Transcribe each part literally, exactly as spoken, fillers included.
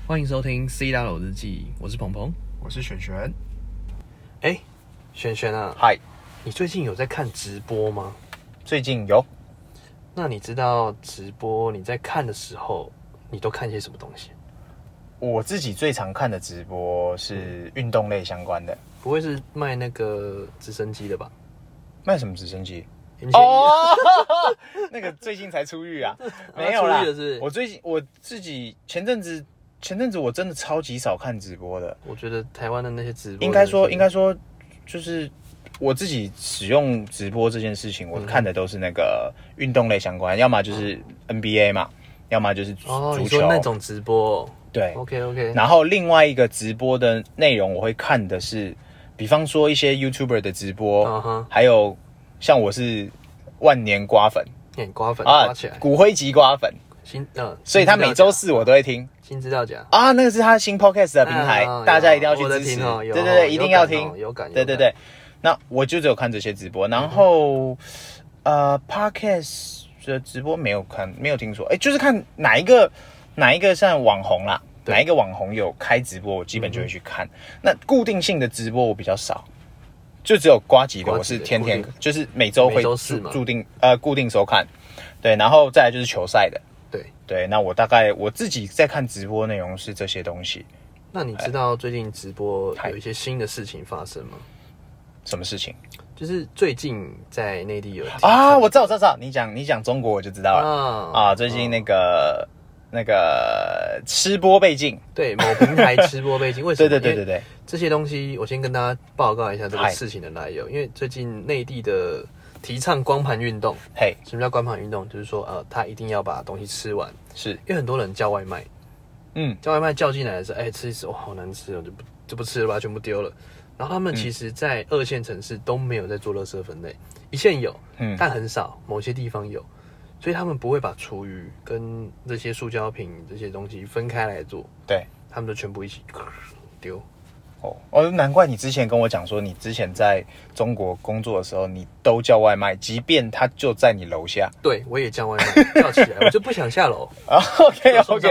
欢迎收听《C 大佬日记》，我是鹏鹏， 我是璇璇。 哎，璇璇啊， 嗨， 你最近有在看直播吗？ 最近有。 那你知道直播你在看的时候，你都看些什么东西？ 我自己最常看的直播是运动类相关的， 不会是卖那个直升机的吧？ 卖什么直升机？ 哦， 那个最近才出狱啊，没有啦。 出狱了是不是？ 我最近我自己前阵子前阵子我真的超级少看直播的。 我觉得台湾的那些直播， 应该说应该说就是我自己使用直播这件事情，我看的都是那个运动类相关，要么就是 N B A 嘛，要么就是足球。 哦，你说那种直播、哦？ 对 ，OK OK。 然后另外一个直播的内容，我会看的是，比方说一些 YouTuber 的直播， uh-huh. 还有像我是万年瓜粉， 欸、瓜粉啊， 刮起来， 骨灰级瓜粉， 新呃， 所以他每周四我都会听。 新资料夹啊，那个是他新 podcast 的平台， 啊、 大家一定要去支持。 哦、 对对对，一定要听， 有感。 对对对，那我就只有看这些直播，然后、嗯、呃 podcast 的直播没有看，没有听说，哎，就是看哪一个哪一个像网红啦。哪一个网红有开直播，我基本就会去看。嗯、那固定性的直播我比较少，就只有呱吉的，我是天天就是每周会注定呃固定收看。对，然后再来就是球赛的。 对对，那我大概我自己在看直播内容是这些东西。 那你知道最近直播有一些新的事情发生吗？ 什么事情？ 就是最近在内地有啊，我知道，我知道，知道。你讲你讲中国我就知道了啊。啊最近那个。那个吃播被禁， 对，某平台吃播被禁，为什么？ 对对对对对， 这些东西我先跟大家报告一下这个事情的来由，因为最近内地的提倡光盘运动， 嘿， 什么叫光盘运动？就是说，呃，他一定要把东西吃完， 是因为很多人叫外卖，嗯，叫外卖叫进来的时候，哎、欸，吃一吃，哇，好难吃哦，就不就不吃了，把它全部丢了。然后他们其实，在二线城市都没有在做垃圾分类，一线有，嗯，但很少，某些地方有。所以他们不会把厨余跟这些塑胶瓶这些东西分开来做， 对， 他们都全部一起丢。 哦哦，难怪你之前跟我讲说，你之前在中国工作的时候，你都叫外卖，即便他就在你楼下。 对，我也叫外卖，叫起来，我就不想下楼。 啊 ，OK OK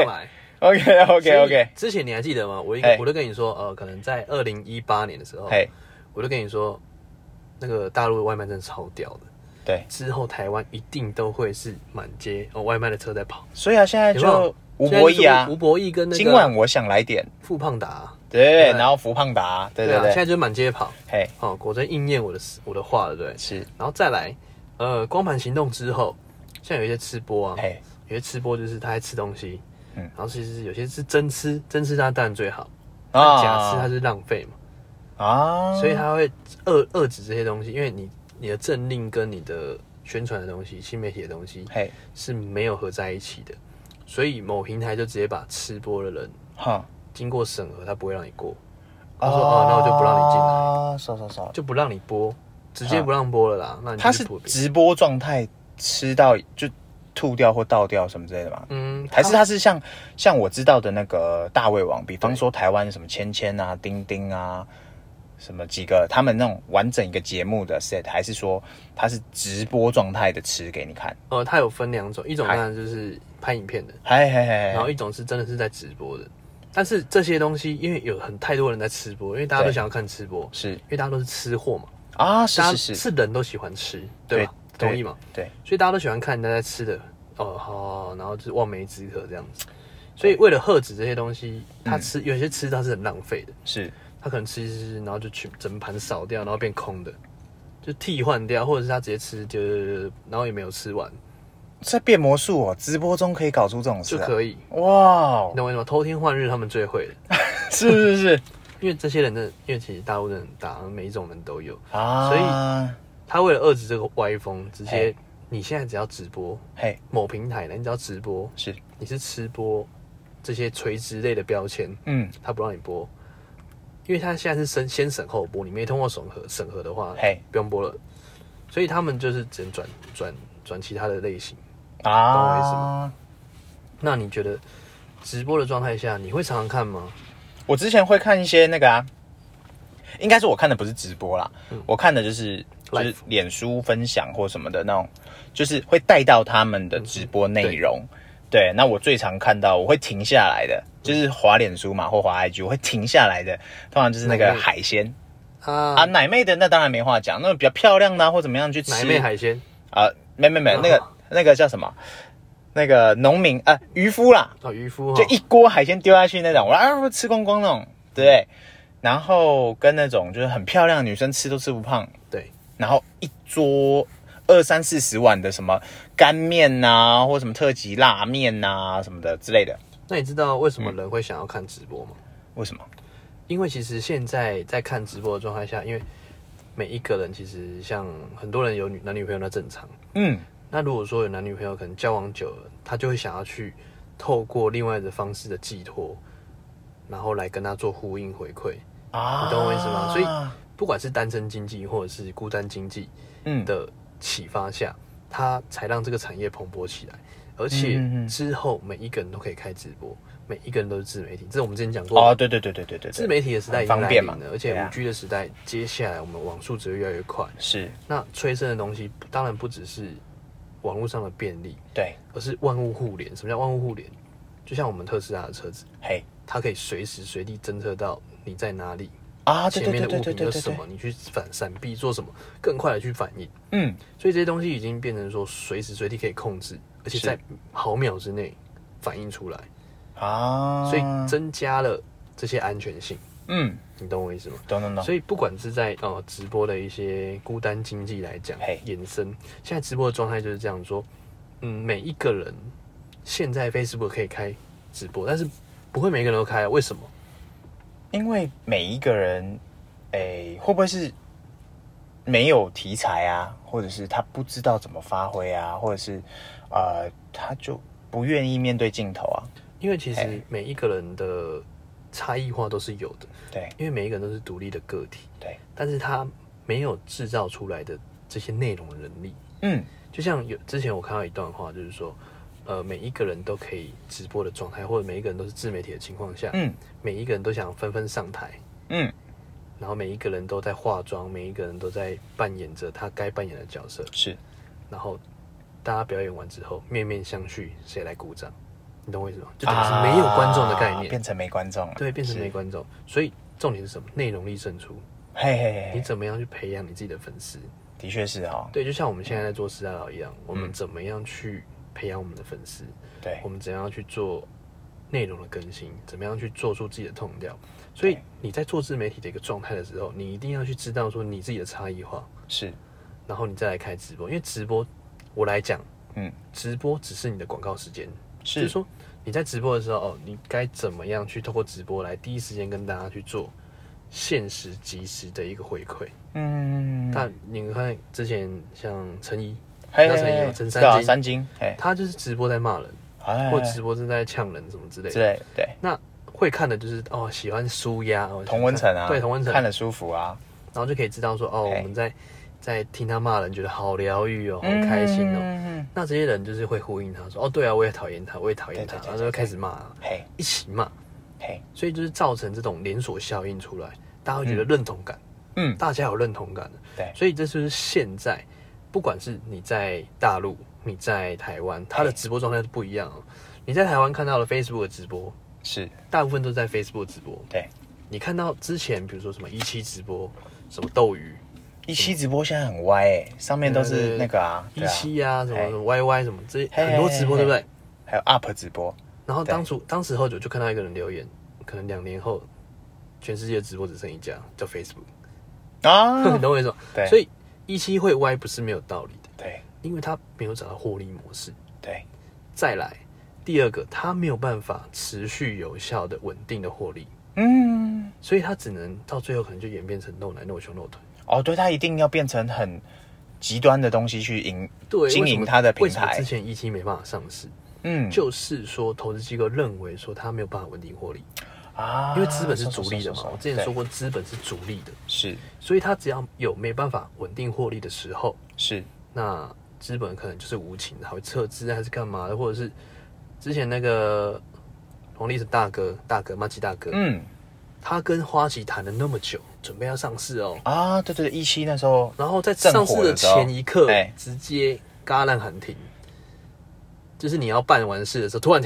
OK OK OK。 之前你还记得吗？我一我都跟你说，呃，可能在二零一八年的时候，我就跟你说，那个大陆的外卖真的超屌的。 对， 之后台湾一定都会是满街哦外卖的车在跑。 所以啊，现在就吴博义啊， 吴博义跟那个今晚我想来点富胖达， 对对对，然后福胖达，对对对， 现在就满街跑。 嘿， 哦，果真应验我的我的话，对不对？ 是， 然后再来，呃，光盘行动之后，像有一些吃播啊， 嘿， 有些吃播就是他在吃东西，嗯，然后其实有些是真吃，真吃他当然最好， 啊， 假吃他是浪费嘛， 啊， 所以他会遏遏制这些东西，因为你你的政令跟你的宣传的东西、新媒体的东西，嘿，是没有合在一起的，所以某平台就直接把吃播的人，哈，经过审核，他不会让你过。他说：“哦，那我就不让你进来， 少少少， 就不让你播，直接不让播了啦。”那你他是直播状态吃到就吐掉或倒掉什么之类的吗？嗯，还是他是像像我知道的那个大胃王，比方说台湾什么芊芊啊、丁丁啊。什么几个他们那种完整一个节目的 set， 还是说它是直播状态的吃给你看？ 呃，它有分两种，一种当然就是拍影片的， 嘿嘿嘿， 然后一种是真的是在直播的。但是这些东西，因为有很太多人在吃播，因为大家都想要看吃播， 是因为大家都是吃货嘛。 啊，是是是， 是人都喜欢吃，对吧？ 对同意吗？ 对， 所以大家都喜欢看人家在吃的，哦好，然后就是望梅止渴这样子。所以为了遏制这些东西，他吃、嗯、有些吃它是很浪费的， 是。 他可能吃一吃，然后就去整盘扫掉，然后变空的，就替换掉，或者是他直接吃，就然后也没有吃完。 在变魔术哦，直播中可以搞出这种事、啊， 就可以哇！ 你懂我意思吗？偷天换日，他们最会的。 是是是， 因为这些人的，因为其实大陆人很大，每一种人都有啊，所以他为了遏制这个歪风，直接你现在只要直播，嘿，某平台呢，你只要直播，是你是吃播这些垂直类的标签，嗯，他不让你播。因为他现在是先审后播，你没通过审核审核的话，嘿，不用播了。所以他们就是只能转转转其他的类型啊，懂我意思吗？那你觉得直播的状态下，你会常常看吗？ 我之前会看一些那个啊，应该是我看的不是直播啦，嗯、我看的就是就是脸书分享或什么的那种，就是会带到他们的直播内容。嗯、对, 对，那我最常看到我会停下来的， 就是滑脸书嘛或滑 I G 我会停下来的，通常就是那个海鲜啊啊奶妹的那当然没话讲，那种比较漂亮的、啊、或怎么样去吃奶妹海鲜啊，没没没、哦、那个那个叫什么？那个农民啊渔夫啦， 哦渔夫、哦、 就一锅海鲜丢下去那种，我啊吃光光那种，对不对？然后跟那种就是很漂亮的女生吃都吃不胖， 对， 然后一桌二三四十碗的什么干面啊，或什么特级辣面啊什么的之类的。 那你知道为什么人会想要看直播吗？ 嗯、为什么？ 因为其实现在在看直播的状态下，因为每一个人其实像很多人有女男女朋友那正常，嗯，那如果说有男女朋友可能交往久了，他就会想要去透过另外的方式的寄托，然后来跟他做呼应回馈。啊，你懂我意思吗？所以不管是单身经济或者是孤单经济的启发下，嗯、它才让这个产业蓬勃起来。而且之后每一个人都可以开直播，每一个人都是自媒体。这是我们之前讲过哦，对对对对对对， 自媒体的时代已经来临了，而且五 G 的时代，接下来我们网速只会越来越快。是，那催生的东西当然不只是网络上的便利，对，而是万物互联。什么叫万物互联？就像我们特斯拉的车子，嘿，它可以随时随地侦测到你在哪里啊，前面的物品有什么，你去反闪避做什么，更快的去反应。嗯，所以这些东西已经变成说随时随地可以控制，而且在毫秒之内反应出来啊，所以增加了这些安全性。嗯，你懂我意思吗？ 懂懂懂。 所以不管是在呃直播的一些孤单经济来讲，衍生现在直播的状态就是这样说，嗯，每一个人现在 Facebook 可以开直播，但是不会每一个人都开啊，为什么？ 因为每一个人，诶，会不会是没有题材啊，或者是他不知道怎么发挥啊，或者是呃，他就不愿意面对镜头啊？ 因为其实每一个人的差异化都是有的，对，因为每一个人都是独立的个体，对，但是他没有制造出来的这些内容能力，嗯，就像有之前我看到一段话，就是说。呃，每一个人都可以直播的状态，或者每一个人都是自媒体的情况下，嗯，每一个人都想纷纷上台，嗯，然后每一个人都在化妆，每一个人都在扮演着他该扮演的角色，是，然后大家表演完之后，面面相觑，谁来鼓掌？你懂我意思吗？就等于是没有观众的概念，啊、 变成没观众了， 对，变成没观众。所以重点是什么？内容力胜出。嘿嘿嘿，你怎么样去培养你自己的粉丝？ 的确是哈、哦， 对，就像我们现在在做时代佬一样，嗯、我们怎么样去培养我们的粉丝？对，我们怎样去做内容的更新？怎么样去做出自己的痛调？所以你在做自媒体的一个状态的时候，你一定要去知道说你自己的差异化是，然后你再来开直播，因为直播我来讲，嗯，直播只是你的广告时间，是就是说你在直播的时候，哦，你该怎么样去透过直播来第一时间跟大家去做现实即时的一个回馈？嗯，但你看之前像陈怡。那陈怡陈三金， 三金， 他就是直播在骂人，或直播正在呛人什么之类的。 对对， 那会看的就是哦，喜欢舒压， 同温层啊， 对同温层看得舒服啊， 然后就可以知道说哦，我们在在听他骂人，觉得好疗愈哦，好开心哦。嗯、那这些人就是会呼应他说哦，对啊，我也讨厌他，我也讨厌他，然后就开始骂，一起骂，所以就是造成这种连锁效应出来，大家会觉得认同感，嗯，大家有认同感的，对，所以这就是现在。不管是你在大陆，你在台湾，他的直播状态是不一样、哦。你在台湾看到的 Facebook 的直播，是大部分都是在 Facebook 直播。对，你看到之前，比如说什么一期直播，什么斗鱼， 一期直播现在很歪哎、欸，上面都是那个啊， 一期啊，什么什么 Y Y 什么这些很多直播，对不对？ 还有 U P 直播。 然后当初当时候就就看到一个人留言，可能两年后，全世界直播只剩一家，叫 Facebook 啊，你懂我意思吗？对，所以。一期会歪不是没有道理的，对，因为他没有找到获利模式，对。再来，第二个，他没有办法持续有效的稳定的获利，嗯，所以他只能到最后可能就演变成露奶露胸露腿。 哦，对，他一定要变成很极端的东西去营经营他的平台。 为什么之前一期没办法上市？嗯，就是说投资机构认为说他没有办法稳定获利。啊，因为资本是逐利的嘛，我之前说过，资本是逐利的，是，所以他只要有没办法稳定获利的时候，是，那资本可能就是无情的，还会撤资还是干嘛的，或者是之前那个黄立成大哥，大哥马吉大哥，嗯，他跟花旗谈了那么久，准备要上市哦， 啊，对对，一期那时候， 然后在上市的前一刻，直接戛然喊停，就是你要办完事的时候突然停了。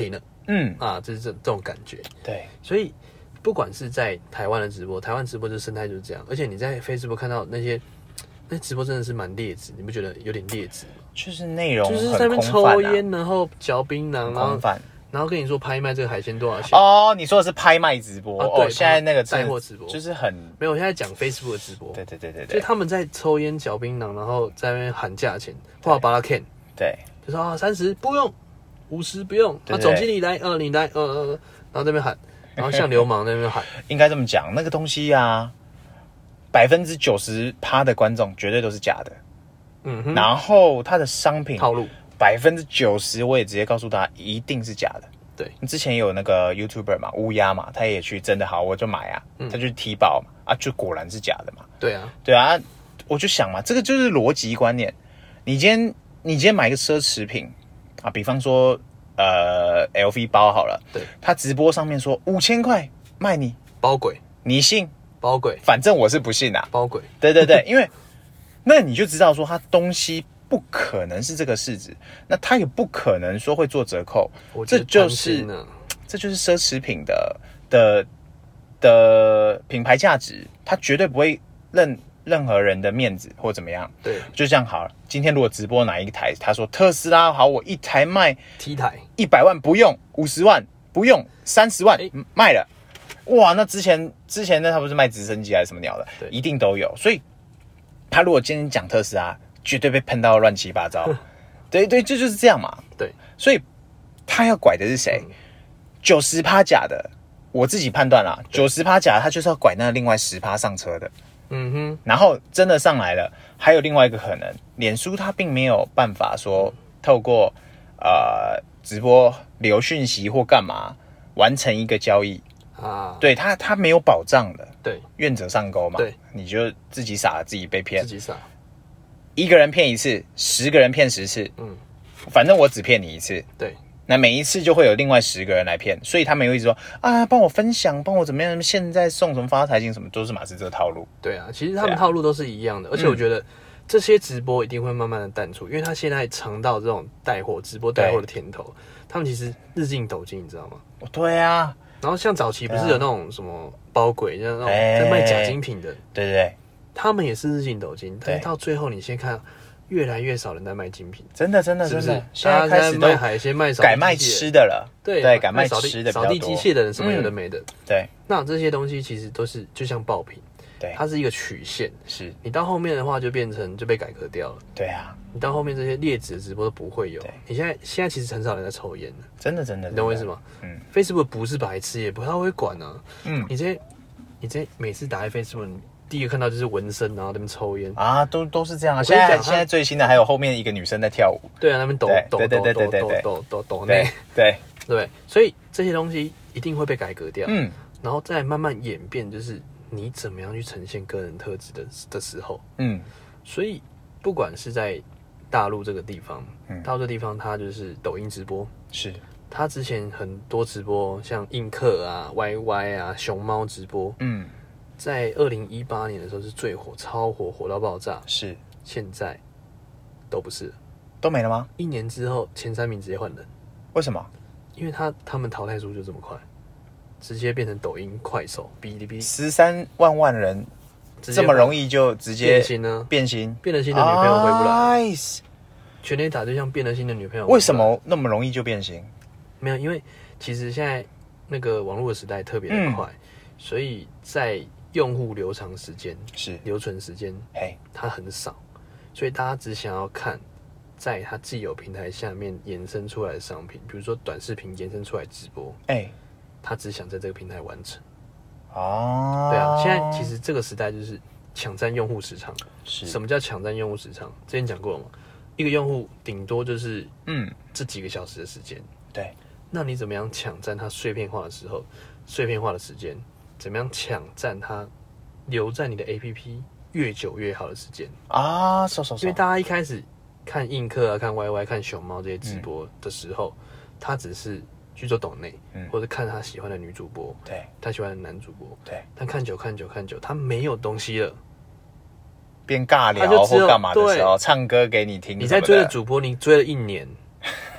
嗯啊，这是这这种感觉。 对， 所以不管是在台湾的直播，台湾直播的生态就是这样，而且你在 Facebook 看到那些那直播真的是蛮劣质，你不觉得有点劣质吗？ 就是内容就是在那边抽烟，然后嚼槟榔，然后然后跟你说拍卖这个海鲜多少钱哦？你说的是拍卖直播、啊、对、哦？现在那个带货直播就是很没有，我现在讲 Facebook 的直播。 对对对对对， 就是他们在抽烟嚼槟榔，然后在那边喊价钱，画巴拉 can， 对， 就说啊三十不用，五十不用，啊总经理来，呃你来，呃呃，然后在那边喊，然后像流氓在那边喊， 应该这么讲，那个东西啊，百分之九十趴的观众绝对都是假的。嗯哼，然后它的商品套路百分之九十，我也直接告诉大家一定是假的。 对， 之前有那个 YouTuber 嘛，乌鸦嘛，他也去真的好，我就买啊，嗯、他就踢爆嘛，啊，就果然是假的嘛。 对啊， 对啊，我就想嘛，这个就是逻辑观念。你今天你今天买一个奢侈品啊，比方说呃 L V 包好了， 对， 他直播上面说五千块卖你， 包鬼， 你信？ 包鬼， 反正我是不信啊， 包鬼。 对对对，因为那你就知道说他东西不可能是这个市值，那他也不可能说会做折扣，这就是这就是奢侈品的的的品牌价值，他绝对不会认任何人的面子或怎么样。 对， 就这样好了。今天如果直播哪一台，他说特斯拉好，我一台卖 T 台一百万不用，五十万不用，三十万、欸、卖了。哇，那之前之前呢，他不是卖直升机还是什么鸟的，一定都有。所以他如果今天讲特斯拉，绝对被喷到乱七八糟。对对，这就是这样嘛。 对， 所以他要拐的是谁？九十趴假的，我自己判断啦，九十趴假的，他就是要拐那另外十趴上车的。嗯哼，然后真的上来了，还有另外一个可能，脸书它并没有办法说透过呃直播留讯息或干嘛完成一个交易。啊，对他，他没有保障的， 对， 愿者上钩嘛， 对， 你就自己傻了，自己被骗， 自己傻， 一个人骗一次，十个人骗十次，嗯，反正我只骗你一次， 对， 那每一次就会有另外十个人来骗，所以他们又一直说啊，帮我分享，帮我怎么样，现在送什么发财金什么，都是马是这个套路， 对啊，其实他们套路都是一样的，而且我觉得这些直播一定会慢慢的淡出，因为他现在尝到这种带货直播带货的甜头，他们其实日进斗金，你知道吗？ 对啊。 然后像早期不是有那种什么包鬼，像那种在卖假精品的， 对对对， 他们也是日进斗金，但是到最后你先看，越来越少人在卖精品， 真的真的是不是？ 现在开始卖海鲜、卖改卖吃的了， 对对，改卖吃的， 扫地机械的人什么有的没的， 对。 那这些东西其实都是就像爆品， 对， 它是一个曲线， 是你到后面的话就变成就被改革掉了， 对啊。 你到后面这些劣质的直播都不会有。你现在现在其实很少人在抽烟了， 真的真的， 你懂我意思吗？嗯 ，Facebook 不是白痴，也不太会管啊。嗯，你这你这每次打开 Facebook， 你第一个看到就是纹身，然后那边抽烟啊，都都是这样啊。现在现在最新的还有后面一个女生在跳舞， 对啊，那边抖抖抖抖抖抖抖抖内， 对对，所以这些东西一定会被改革掉。嗯，然后再慢慢演变，就是你怎么样去呈现个人特质的的时候，嗯，所以不管是在大陆这个地方，嗯，大陆这个地方它就是抖音直播， 是它之前很多直播，像映客啊、Y Y 啊、熊猫直播，嗯，在二零一八年的时候是最火，超火，火到爆炸。 是， 现在都不是， 都没了吗？ 一年之后前三名直接换人， 为什么？ 因为他他们淘汰速就这么快，直接变成抖音、快手、哔哩哔哩， 十三万万人。这么容易就直接变心呢？ 变心， 变了心的女朋友回不来。Nice， 全垒打就像变了心的女朋友。 为什么那么容易就变心？ 没有，因为其实现在那个网络的时代特别的快，嗯、所以在用户留长时间是留存时间，嘿，它很少，所以大家只想要看在它既有平台下面衍生出来的商品，比如说短视频衍生出来直播，哎，他只想在这个平台完成。哦，对啊，现在其实这个时代就是抢占用户时长。是，什么叫抢占用户时长？之前讲过了嘛，一个用户顶多就是嗯这几个小时的时间。 对， 那你怎么样抢占它碎片化的时候，碎片化的时间？怎么样抢占它留在你的 A P P 越久越好的时间啊？收收收！ 因为大家一开始看映客啊、看 Y Y、看熊猫这些直播的时候，嗯、他只是去做抖内，嗯，或者看他喜欢的女主播， 对， 他喜欢的男主播， 对， 但看久看久看久，他没有东西了， 边尬聊或干嘛的时候，唱歌给你听。 你在追的主播，你追了一年，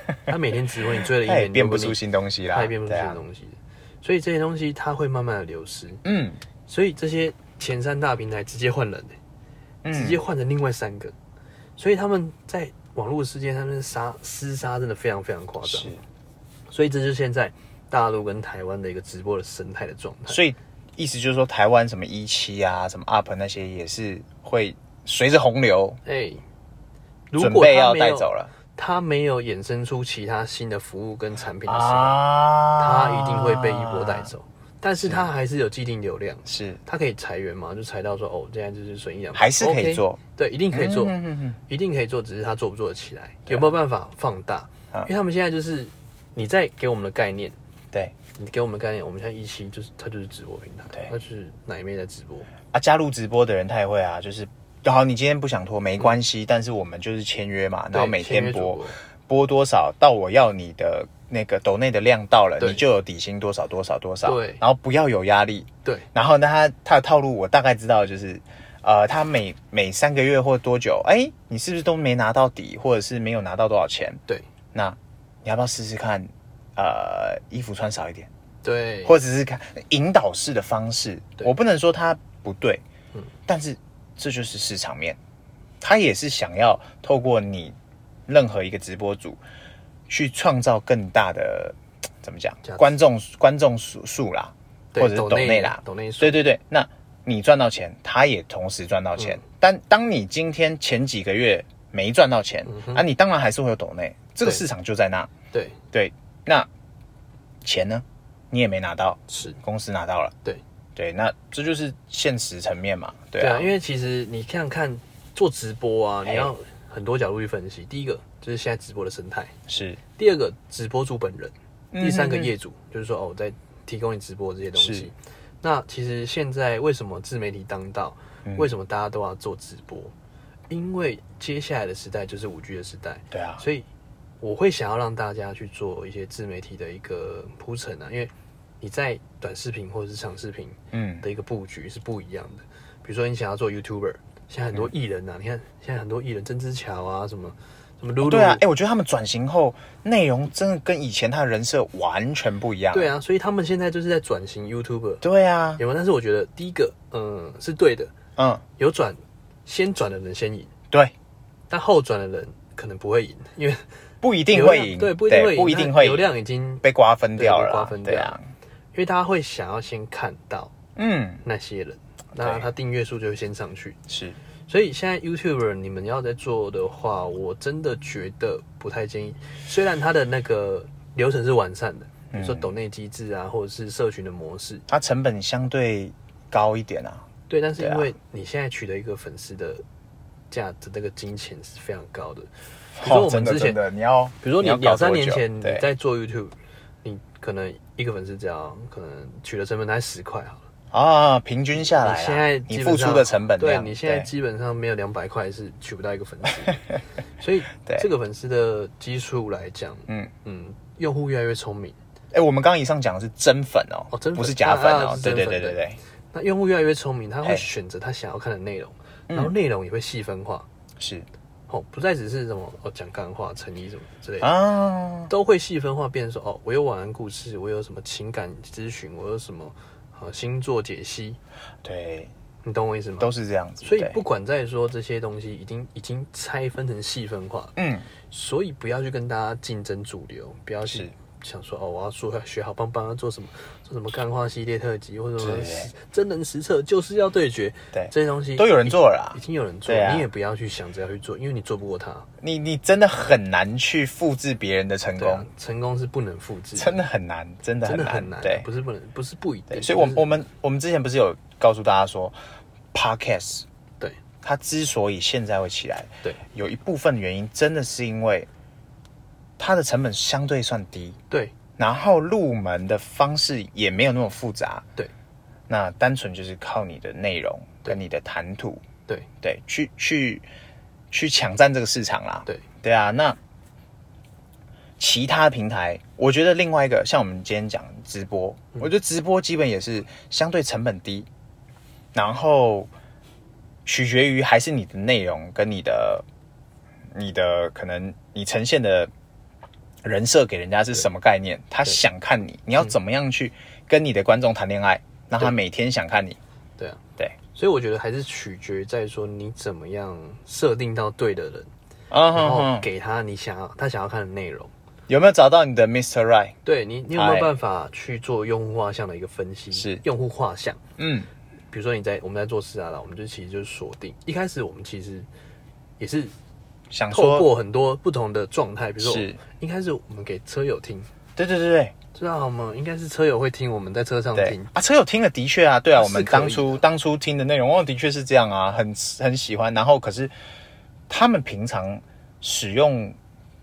他每天直播，你追了一年， 他也变不出新东西啦， 他也变不出新东西，所以这些东西它会慢慢的流失。嗯，所以这些前三大平台直接换人、欸嗯、直接换成另外三个，所以他们在网络世界他们杀厮杀真的非常非常夸张。是，所以这就是现在大陆跟台湾的一个直播的生态的状态。 所以意思就是说，台湾什么一期啊、什么 U P 那些也是会随着洪流，哎、欸，准备要带走了。 它没有衍生出其他新的服务跟产品的时候，它、啊、一定会被一波带走。但是它还是有既定流量，是它可以裁员嘛？就裁到说哦，现在就是损一两， 还是可以做， okay, 对，一定可以做，嗯、哼哼一定可以做，只是它做不做得起来，有没有办法放大？因为他们现在就是你在给我们的概念， 对， 你给我们的概念，我们现在一期就是它就是直播平台，对，它就是奶妹在直播啊，加入直播的人他也会啊，就是好，你今天不想拖没关系、嗯，但是我们就是签约嘛，然后每天播播多少，到我要你的那个抖内的量到了，你就有底薪多少多少多少，对，然后不要有压力，对，然后呢，他他的套路我大概知道，就是呃，他每每三个月或多久，哎，你是不是都没拿到底，或者是没有拿到多少钱？对，那你要不要试试看？呃，衣服穿少一点，对，或者是看引导式的方式，我不能说他不对，嗯，但是这就是市场面，他也是想要透过你任何一个直播主去创造更大的怎么讲观众观众数数啦，或者是抖内啦，抖内数，对对对，那你赚到钱，他也同时赚到钱，嗯、但当你今天前几个月没赚到钱、嗯、啊，你当然还是会有抖内，这个市场就在那，对对。那钱呢？你也没拿到，是公司拿到了，对对，那这就是现实层面嘛，对啊， 对啊，因为其实你看看做直播啊，你要很多角度去分析。第一个就是现在直播的生态，是第二个直播主本人，第三个业主，嗯、就是说哦，在提供你直播这些东西。那其实现在为什么自媒体当道？嗯、为什么大家都要做直播？因为接下来的时代就是 五 G 的时代，对啊，所以。我会想要让大家去做一些自媒体的一个铺陈啊，因为你在短视频或者是长视频的一个布局是不一样的。嗯、比如说你想要做 YouTuber， 现在很多艺人啊，嗯、你看现在很多艺人，曾之乔啊，什么什么露露， 对啊，哎、欸，我觉得他们转型后内容真的跟以前他的人设完全不一样。 对啊，所以他们现在就是在转型 YouTuber。 对啊， 有没有？但是我觉得第一个，嗯，是对的，嗯，有转，先转的人先赢， 对， 但后转的人可能不会赢，因为。 不一定会赢， 对，不一定会赢， 不一定会赢， 流量已经被瓜分掉了， 瓜分掉了，啊，因为他会想要先看到，嗯，那些人，那他订阅数就会先上去，是，所以现在 YouTuber 你们要在做的话，我真的觉得不太建议。虽然它的那个流程是完善的，比如说抖内机制啊，或者是社群的模式， 它成本相对高一点啊， 对，但是因为你现在取得一个粉丝的价的那个金钱是非常高的。比如说我们之前， 哦、你要， 比如说你两三年前你在做 YouTube， 你可能一个粉丝只要可能取得成本才十块好了啊，平均下来， 你现在你付出的成本， 对你现在基本上没有两百块是取不到一个粉丝，所以这个粉丝的基数来讲，嗯嗯，用户越来越聪明。 哎、欸，我们刚刚以上讲的是真粉哦，哦真粉不是假粉哦，对对对对对。 那用户越来越聪明，他会选择他想要看的内容，然后内容也会细分化，是。哦，不再只是什么哦讲干话、成语什么之类的啊，都会细分化，变成说哦，我有晚安故事，我有什么情感咨询，我有什么呃星座解析，对，你懂我意思吗？ 都是这样子。 所以不管在说这些东西，已经已经拆分成细分化，嗯，所以不要去跟大家竞争主流，不要去想说哦，我要说学好棒棒，要做什么做什么干话系列特辑，或者什么真人实测，就是要对决，对这些东西都有人做了啦， 已经有人做了，啊，你也不要去想着要去做，因为你做不过他， 你你真的很难去复制别人的成功，啊， 成功是不能复制， 真的很难，真的很难， 很难，对，不是不能，不是不一定， 所以我们我们我们之前不是有告诉大家说 ，Podcast 对它之所以现在会起来，对，有一部分原因真的是因为它的成本相对算低，对。然后入门的方式也没有那么复杂，对，那单纯就是靠你的内容跟你的谈吐，对对，去去去抢占这个市场啦，对对啊。那其他平台，我觉得另外一个像我们今天讲直播，嗯，我觉得直播基本也是相对成本低，然后取决于还是你的内容跟你的你的可能你呈现的人设给人家是什么概念，他想看你，你要怎么样去跟你的观众谈恋爱，让他每天想看你。 对啊， 对， 所以我觉得还是取决在说你怎么样设定到对的人，然后给他你想要他想要看的内容。 有没有找到你的 mister Right？ 对你，你有没有办法去做用户画像的一个分析？ 是用户画像， 嗯， 比如说你在我们在做事啊啦，我们就其实就是锁定。一开始我们其实也是想透过很多不同的状态，比如说一开始我们给车友听， 对对对对， 知道吗？应该是车友会听，我们在车上听啊，车友听了的确啊，对啊，我们当初当初听的内容，哦，的确是这样啊，很很喜欢。然后可是他们平常使用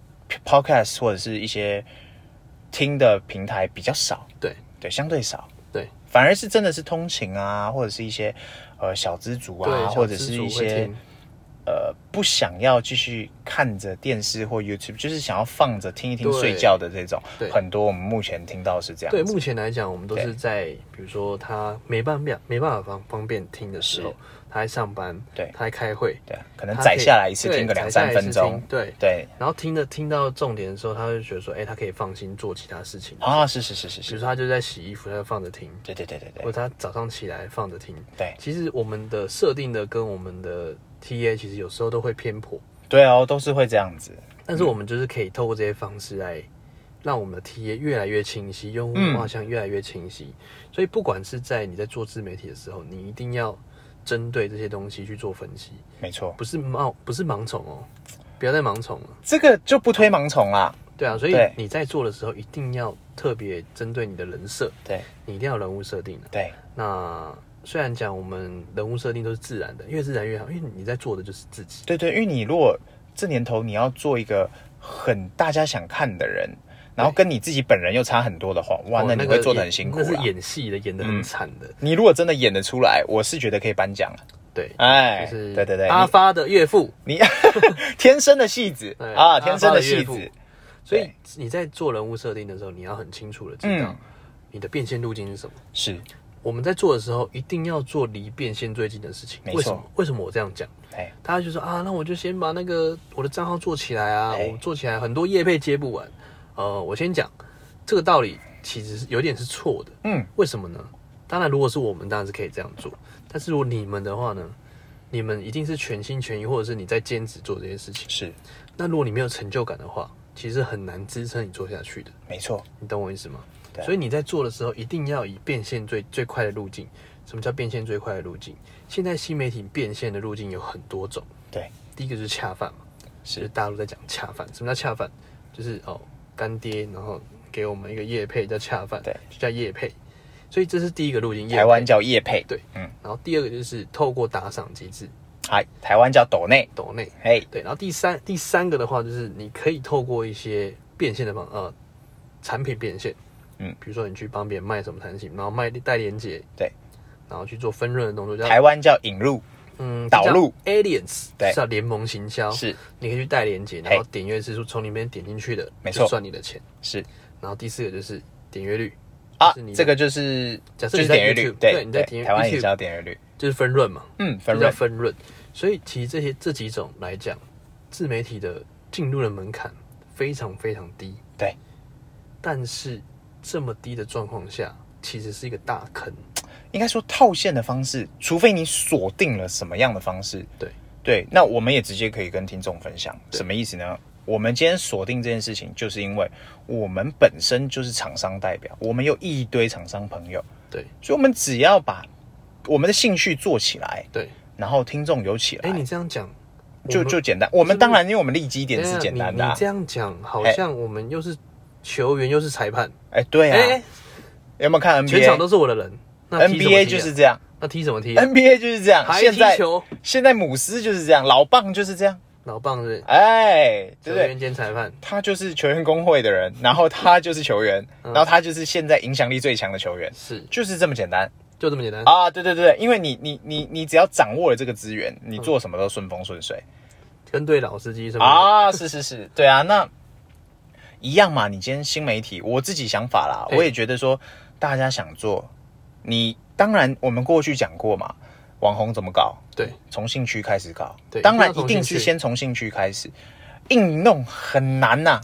podcast 或者是一些听的平台比较少， 对对，相对少， 对， 反而是真的是通勤啊，或者是一些呃小资族啊，或者是一些。呃，不想要继续看着电视或 YouTube， 就是想要放着听一听睡觉的这种，很多我们目前听到是这样子。 对，目前来讲，我们都是在比如说他没办法没办法方方便听的时候，他在上班，对，他在开会， 对，可能载下来一次听个两三分钟， 对对，然后听的听到重点的时候，他会觉得说，哎、欸，他可以放心做其他事情啊，是是是是是， 比如说他就在洗衣服，他就放着听， 对对对对对， 或者他早上起来放着听， 对， 其实我们的设定的跟我们的T A 其实有时候都会偏颇， 对哦，都是会这样子。 但是我们就是可以透过这些方式来让我们的 T A 越来越清晰，用户画像越来越清晰。嗯、所以不管是在你在做自媒体的时候，你一定要针对这些东西去做分析。 没错， 不是盲不是盲从哦，不要再盲从了。 这个就不推盲从啦。 对啊，所以你在做的时候一定要特别针对你的人设， 对， 你一定要人物设定的。 对， 那。虽然讲我们人物设定都是自然的，越自然越好，因为你在做的就是自己。 对对，因为你如果这年头你要做一个很大家想看的人，然后跟你自己本人又差很多的话，哇，那你会做得很辛苦啦。 那是演戏的，演得很惨的、嗯。 你如果真的演得出来，我是觉得可以颁奖了。 对， 哎， 就是对对对， 阿发的岳父， 你天生的戏子啊，天生的戏子。 所以你在做人物设定的时候，你要很清楚的知道你的变现路径是什么。 是。 我们在做的时候，一定要做离变现最近的事情。为什么？为什么我这样讲？大家就说啊，那我就先把那个我的账号做起来啊，我做起来很多业配接不完。呃，我先讲这个道理，其实有点是错的。嗯，为什么呢？当然，如果是我们，当然是可以这样做。但是如果你们的话呢，你们一定是全心全意，或者是你在兼职做这些事情。 是。 那如果你没有成就感的话，其实很难支撑你做下去的。 没错， 你懂我意思吗？所以你在做的时候，一定要以变现最最快的路径。什么叫变现最快的路径？现在新媒体变现的路径有很多种。 对， 第一个就是恰饭嘛，是就是大陆在讲恰饭。什么叫恰饭？就是哦干爹，然后给我们一个业配叫恰饭，对，就叫业配。所以这是第一个路径， 台湾叫业配。 对，嗯。然后第二个就是透过打赏机制， 嗨，台湾叫抖内， 抖内， 嘿， 对。然后第三第三个的话，就是你可以透过一些变现的方呃产品变现。嗯，比如说你去帮别人卖什么产品，然后卖带连结，对，然后去做分润的动作，叫台湾叫引入，嗯，导入 ，Alliance， 对，叫联盟行销， 是， 你可以去带连结，然后点阅次数从里面点进去的， 没错， 赚你的钱， 是。 然后第四个就是点阅率啊，这个就是假设你在 YouTube， 对，你在点台湾也叫点阅率， 就是分润嘛， 嗯，分润叫分润。所以其实这些这几种来讲，自媒体的进入的门槛非常非常低， 对， 但是。这么低的状况下，其实是一个大坑。 应该说套现的方式，除非你锁定了什么样的方式， 对对，那我们也直接可以跟听众分享，什么意思呢？我们今天锁定这件事情，就是因为我们本身就是厂商代表，我们有一堆厂商朋友， 对， 所以我们只要把我们的兴趣做起来， 对， 然后听众有起来， 哎，你这样讲就就简单。我们当然，因为我们利基点是简单的、啊你，你这样讲好像我们又是。球员又是裁判， 哎、欸，对啊，欸、有没有看 N B A？ 全场都是我的人。那 N B A 就是这样， 那踢什么踢、啊、 ？N B A 就是这样。 还踢球？ 现在姆斯就是这样，老棒就是这样。 老棒是？ 哎、欸，对不对？ 球员兼裁判， 他就是球员工会的人，然后他就是球员，嗯、然后他就是现在影响力最强的球员， 是， 就是这么简单， 就这么简单啊！对对对，因为你你你你只要掌握了这个资源，你做什么都顺风顺水， 跟对老司机什么啊？是是是，对啊，那。一样嘛，你今天新媒体，我自己想法啦，我也觉得说，大家想做，你当然我们过去讲过嘛，网红怎么搞？ 对， 从兴趣开始搞， 对， 当然一定是先从兴趣开始，硬弄很难呐、啊。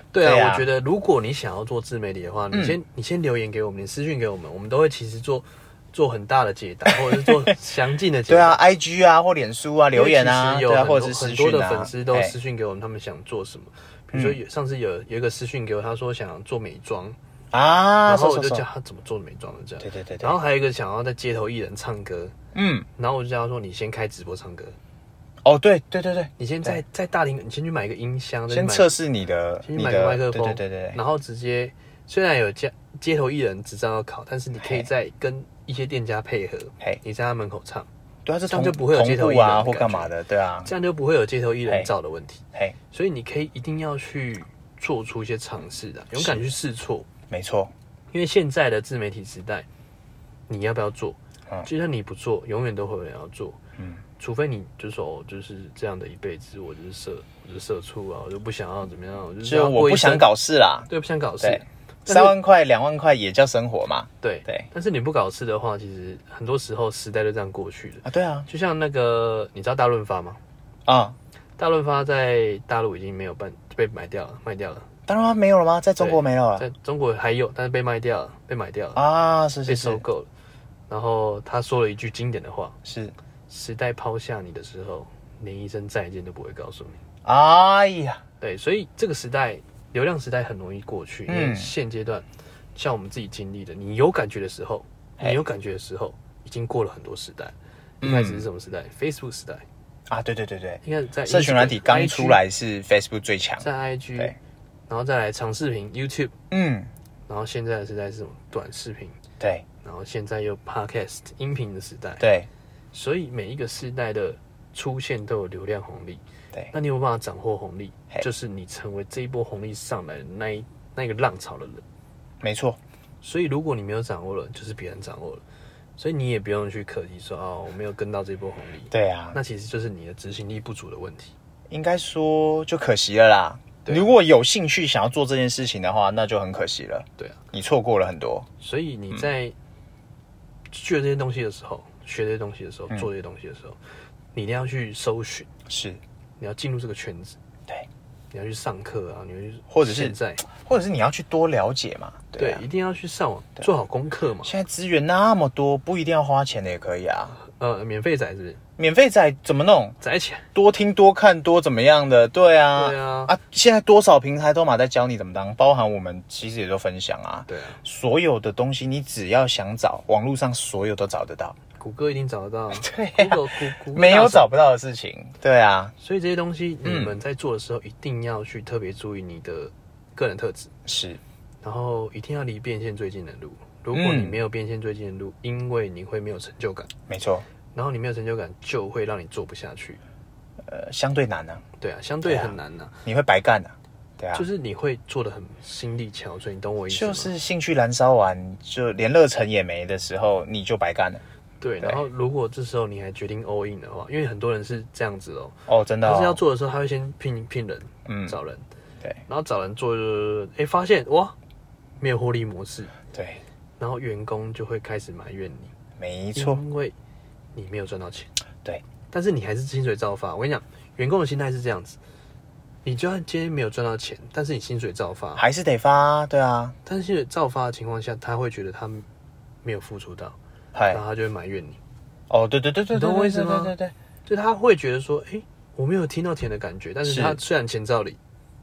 对啊，对啊我觉得如果你想要做自媒体的话，你先、嗯、你先留言给我们，你私讯给我们，我们都会其实做做很大的解答，或者是做详尽的解答。 对啊 ，I G 啊或脸书啊留言啊， 有对啊，或者是很多的粉丝都私讯给我们，他们想做什么。比如说有、嗯、上次有有一个私讯给我，他说想做美妆啊，然后我就教他怎么做美妆的这样。 对对 对, 对。 然后还有一个想要在街头艺人唱歌，嗯，然后我就叫他说你先开直播唱歌。 哦，对对对对， 你先在在大厅，你先去买一个音箱， 先测试你的， 先去买个麦克风， 对对 对, 对， 然后直接虽然有街街头艺人执照要考，但是你可以再跟一些店家配合，你在他门口唱。 对啊，这样就不会有街头艺人啊或干嘛的，对啊， 这样就不会有街头艺人照的问题。嘿，所以你可以一定要去做出一些尝试的，勇敢去试错。 没错， 因为现在的自媒体时代，你要不要做？嗯、就算你不做，永远都会有人要做。嗯，除非你就说、哦、就是这样的一辈子，我就是社，我就是社畜啊，我就不想要怎么样，我就是就我不想搞事啦， 对，不想搞事。 三万块、两万块也叫生活嘛？ 对对。但是你不搞事的话，其实很多时候时代就这样过去了啊。对啊， 就像那个，你知道大润发吗？啊，大润发在大陆已经没有办被买掉了，卖掉了。 大润发没有了吗？在中国没有了？ 在中国还有，但是被卖掉了，被买掉了啊，是是是， 被收购了。然后他说了一句经典的话： 是时代抛下你的时候，连一声再见都不会告诉你。 哎呀， 对，所以这个时代。流量时代很容易过去，因为现阶段、嗯、像我们自己经历的，你有感觉的时候，你有感觉的时候，已经过了很多时代。一开始是什么时代、嗯、？Facebook 时代啊，对对对对， 应该在社群软体刚出来是 Facebook 最强， 在 I G， 然后再来长视频 YouTube， 嗯，然后现在的时代是什么？短视频， 对， 然后现在又 Podcast 音频的时代， 对， 所以每一个时代的出现都有流量红利。 对， 那你有办法掌握红利，就是你成为这一波红利上来的那一那个浪潮的人。 没错， 所以如果你没有掌握了，就是别人掌握了，所以你也不用去可惜说哦，我没有跟到这波红利。 对啊， 那其实就是你的执行力不足的问题。 应该说就可惜了啦。如果有兴趣想要做这件事情的话，那就很可惜了。 对啊， 你错过了很多。 所以你在学这些东西的时候，学这些东西的时候，做这些东西的时候，你一定要去搜寻。 是。 你要进入这个圈子， 对， 你要去上课啊，你要去， 或者是现在， 或者是你要去多了解嘛， 对、啊，对，一定要去上网做好功课嘛。 现在资源那么多，不一定要花钱的也可以啊。 呃，免费载是不是？ 免费载怎么弄？ 载起来， 多听多看多怎么样的？对啊， 对啊， 啊，现在多少平台都马在教你怎么当，包含我们其实也都分享啊。 对啊， 所有的东西你只要想找，网络上所有都找得到。 谷歌一定找得到， 对、啊，没有找不到的事情，对啊， 所以这些东西你们在做的时候，一定要去特别注意你的个人特质， 是， 然后一定要离变现最近的路。如果你没有变现最近的路，因为你会没有成就感， 没错， 然后你没有成就感，就会让你做不下去， 呃，相对难啊， 对啊，相对很难啊， 你会白干啊。对啊， 就是你会做得很心力憔悴，你懂我意思吗？ 就是兴趣燃烧完，就连热忱也没的时候，你就白干了。 对，然后如果这时候你还决定 all in 的话，因为很多人是这样子哦， 哦，真的、哦， 但是要做的时候，他会先聘聘人，嗯，找人， 对， 然后找人做，哎，发现哇，没有获利模式， 对， 然后员工就会开始埋怨你， 没错， 因为你没有赚到钱， 对， 但是你还是薪水照发。我跟你讲，员工的心态是这样子，你就算今天没有赚到钱，但是你薪水照发， 还是得发，对啊， 但是薪水照发的情况下，他会觉得他没有付出到。然后他就会埋怨你。 哦，对对对对， 你懂我意思吗？ 对对对， 就他会觉得说，哎，我没有听到钱的感觉，但是他虽然钱照领，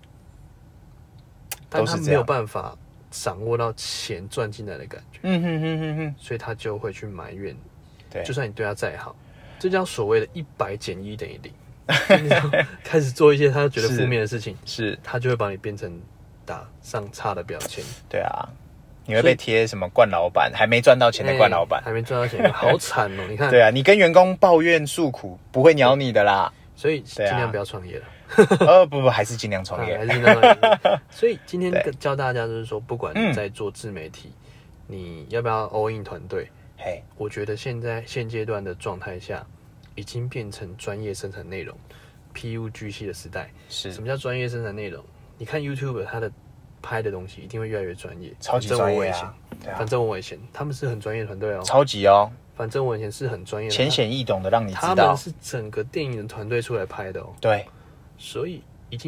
但他没有办法掌握到钱赚进来的感觉。嗯哼哼哼哼，所以他就会去埋怨你。对，就算你对他再好，这叫所谓的一百减一等于零。开始做一些他觉得负面的事情， 是他就会把你变成打上差的标签。 对啊。你会被贴什么惯老板，还没赚到钱的惯老板， 还没赚到钱，好惨哦！你看， 对啊，你跟员工抱怨诉苦，不会鸟你的啦。 所以尽量不要创业了。 呃，不不，还是尽量创业， 还是尽量创业。所以今天教大家就是说，不管你在做自媒体，你要不要 all in 团队？嘿，我觉得现在现阶段的状态下，已经变成专业生产内容 P U G C 的时代。是什么叫专业生产内容？你看 YouTube 它的拍的东西一定会越来越专业， 超级专业啊！ 反正我以前他们是很专业的团队哦， 超级哦。 反正我以前是很专业的， 浅显易懂的让你知道， 他们是整个电影的团队出来拍的哦。 对， 所以已经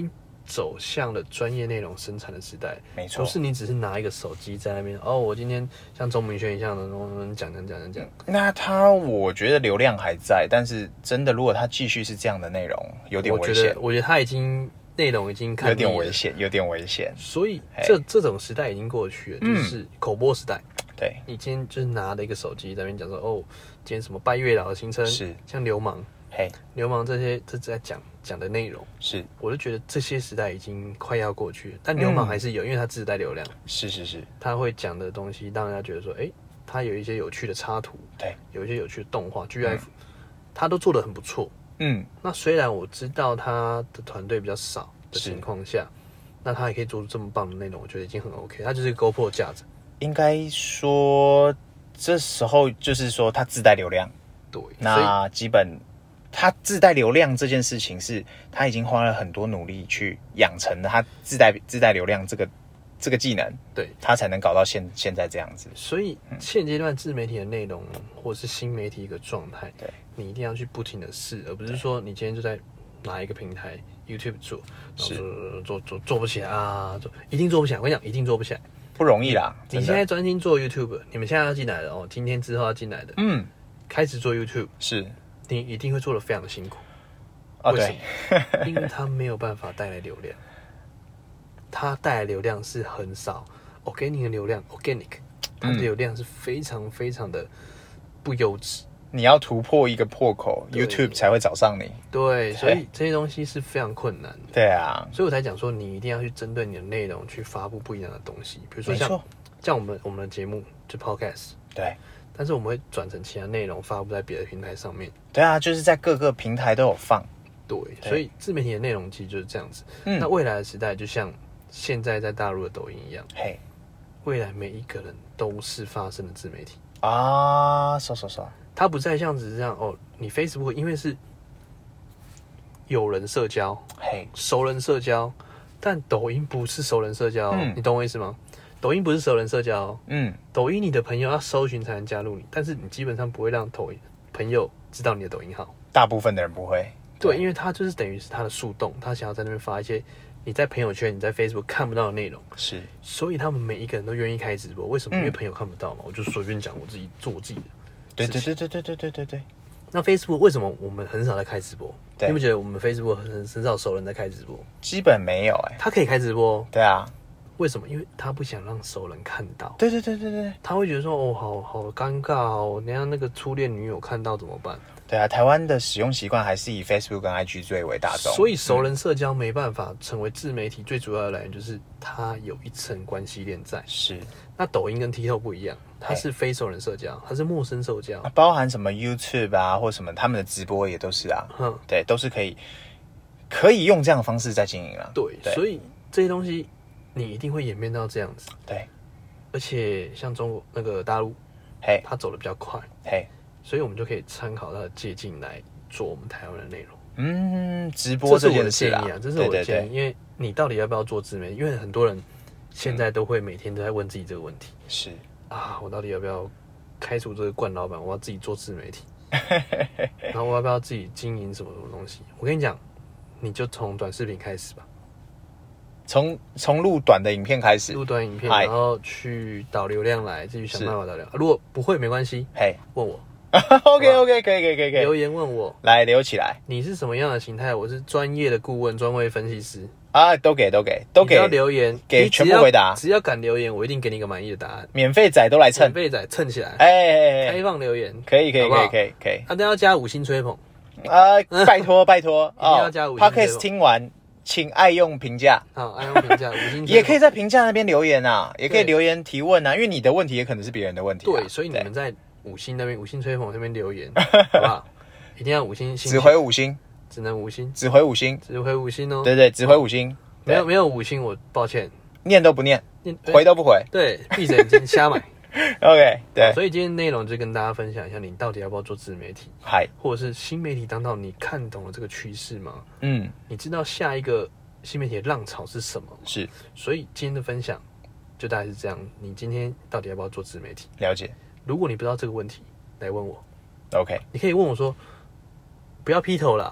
走向了专业内容生产的时代， 没错， 不是你只是拿一个手机在那边哦，我今天像钟明轩一样的讲讲讲讲讲。 那他我觉得流量还在，但是真的如果他继续是这样的内容，有点危险。我觉得，我觉得他已经内容已经看有点危险，有点危险。 所以这这种时代已经过去了，就是口播时代。 嗯、对， 你今天就是拿了一个手机在那边讲说哦，今天什么拜月老的行程， 是像流氓。 嘿， 流氓这些这在讲讲的内容是， 我就觉得这些时代已经快要过去了，但流氓还是有，嗯、因为他自带流量， 是是是， 他会讲的东西让人家觉得说，哎、欸，他有一些有趣的插图， 对，有一些有趣的动画 ，G I F，、嗯、他都做得很不错，嗯，那虽然我知道他的团队比较少的情况下，那他也可以做出这么棒的内容，我觉得已经很 OK， 他就是GoPro架着， 应该说这时候就是说他自带流量， 对， 那基本。他自带流量这件事情是他已经花了很多努力去养成的，他自带自带流量这个这个技能， 对， 他才能搞到现现在这样子。 所以现阶段自媒体的内容或是新媒体一个状态， 对， 你一定要去不停的试，而不是说你今天就在哪一个平台 YouTube 做，然后做做做做不起来啊，做一定做不起来。我跟你讲，一定做不起来， 不容易啦。 你现在专心做 YouTube， 你们现在要进来的哦，今天之后要进来的，嗯，开始做 YouTube 是。 你一定会做得非常的辛苦， 哦，对， 因为它没有办法带来流量，它带来流量是很少 ，organic 的流量 ，organic， 它的流量是非常非常的不优质。 你要突破一个破口 ，YouTube 才会找上你。 对，所以这些东西是非常困难的。 对啊， 所以我才讲说，你一定要去针对你的内容去发布不一样的东西，比如说像像我们我们的节目就 Podcast， 对。 但是我们会转成其他内容发布在别的平台上面。 对啊，就是在各个平台都有放。 对，对，所以自媒体的内容其实就是这样子。嗯、那未来的时代就像现在在大陆的抖音一样，嘿，未来每一个人都是发声的自媒体啊，说说说， 它不再像只是这样哦，你 Facebook 因为是有人社交，嘿，熟人社交，但抖音不是熟人社交，嗯、你懂我意思吗？抖音不是熟人社交、哦，嗯，抖音你的朋友要搜寻才能加入你，但是你基本上不会让抖音朋友知道你的抖音号， 大部分的人不会， 对，对因为他就是等于是他的树洞，他想要在那边发一些你在朋友圈、你在 Facebook 看不到的内容， 是， 所以他们每一个人都愿意开直播，为什么？嗯、因为朋友看不到嘛，我就随便讲我自己做我自己的， 对对对对对对对对对。 那 Facebook 为什么我们很少在开直播？你不觉得我们 Facebook 很很少熟人在开直播？ 基本没有哎、欸， 他可以开直播， 对啊。 为什么？因为他不想让熟人看到。 对对对对对， 他会觉得说：“哦，好好尴尬哦，等一下那个初恋女友看到怎么办？” 对啊，台湾的使用习惯还是以 Facebook 跟 I G 最为大众， 所以熟人社交没办法成为自媒体最主要的来源，就是它有一层关系链在。 是， 那抖音跟 TikTok 不一样，它是非熟人社交，它是陌生社交， 包含什么 YouTube 啊或什么，他们的直播也都是啊，嗯，对，都是可以可以用这样的方式在经营啊。 对，对所以这些东西。你一定会演变到这样子， 对， 而且像中国那个大陆，嘿，它走得比较快，嘿，所以我们就可以参考它的借鉴来做我们台湾的内容。 嗯，直播这件事啊，这是我的建议，因为你到底要不要做自媒体？因为很多人现在都会每天都在问自己这个问题， 是啊，我到底要不要开除这个冠老板？我要自己做自媒体，然后我要不要自己经营什么什么东西？我跟你讲，你就从短视频开始吧。 从从录短的影片开始， 录短影片，然后去导流量来，自己想办法导流量。如果不会没关系，嘿，问我。 OK OK 可以可以可以可以， 留言问我， 来留起来。 你是什么样的形态？我是专业的顾问、专位分析师啊，都给都给都给。 只要留言， 给全部回答。 只要敢留言，我一定给你一个满意的答案。 免费仔都来蹭， 免费仔蹭起来。 哎， 开放留言， 可以可以可以可以可以。 啊，都要加五星吹捧啊！拜托拜托， 一定要加五星吹捧。 Podcast 听完。请爱用评价， 好，爱用评价，五星也可以在评价那边留言啊，也可以留言提问啊，因为你的问题也可能是别人的问题、啊。 对，所以你们在五星那边，五星吹捧那边留言，好不好？一定要五星星， 只回五星， 只能五星， 只回五星， 只回五星哦。 对对，只回五星， 没有没有五星，我抱歉， 念都不念，回都不回， 对，闭着眼睛瞎买。 OK， 对， 所以今天内容就跟大家分享一下，你到底要不要做自媒体， 嗨， 或者是新媒体当道，你看懂了这个趋势吗？嗯，你知道下一个新媒体的浪潮是什么？ 是， 所以今天的分享就大概是这样。你今天到底要不要做自媒体？ 了解。 如果你不知道这个问题，来问我。 OK， 你可以问我说，不要劈头啦，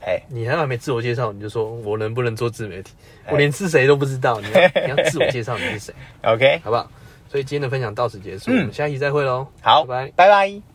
哎，你还没自我介绍，你就说我能不能做自媒体？我连是谁都不知道，你要你要自我介绍你是谁？OK， 好不好？所以今天的分享到此结束，我们下期再会喽。 好， 拜拜， 拜拜。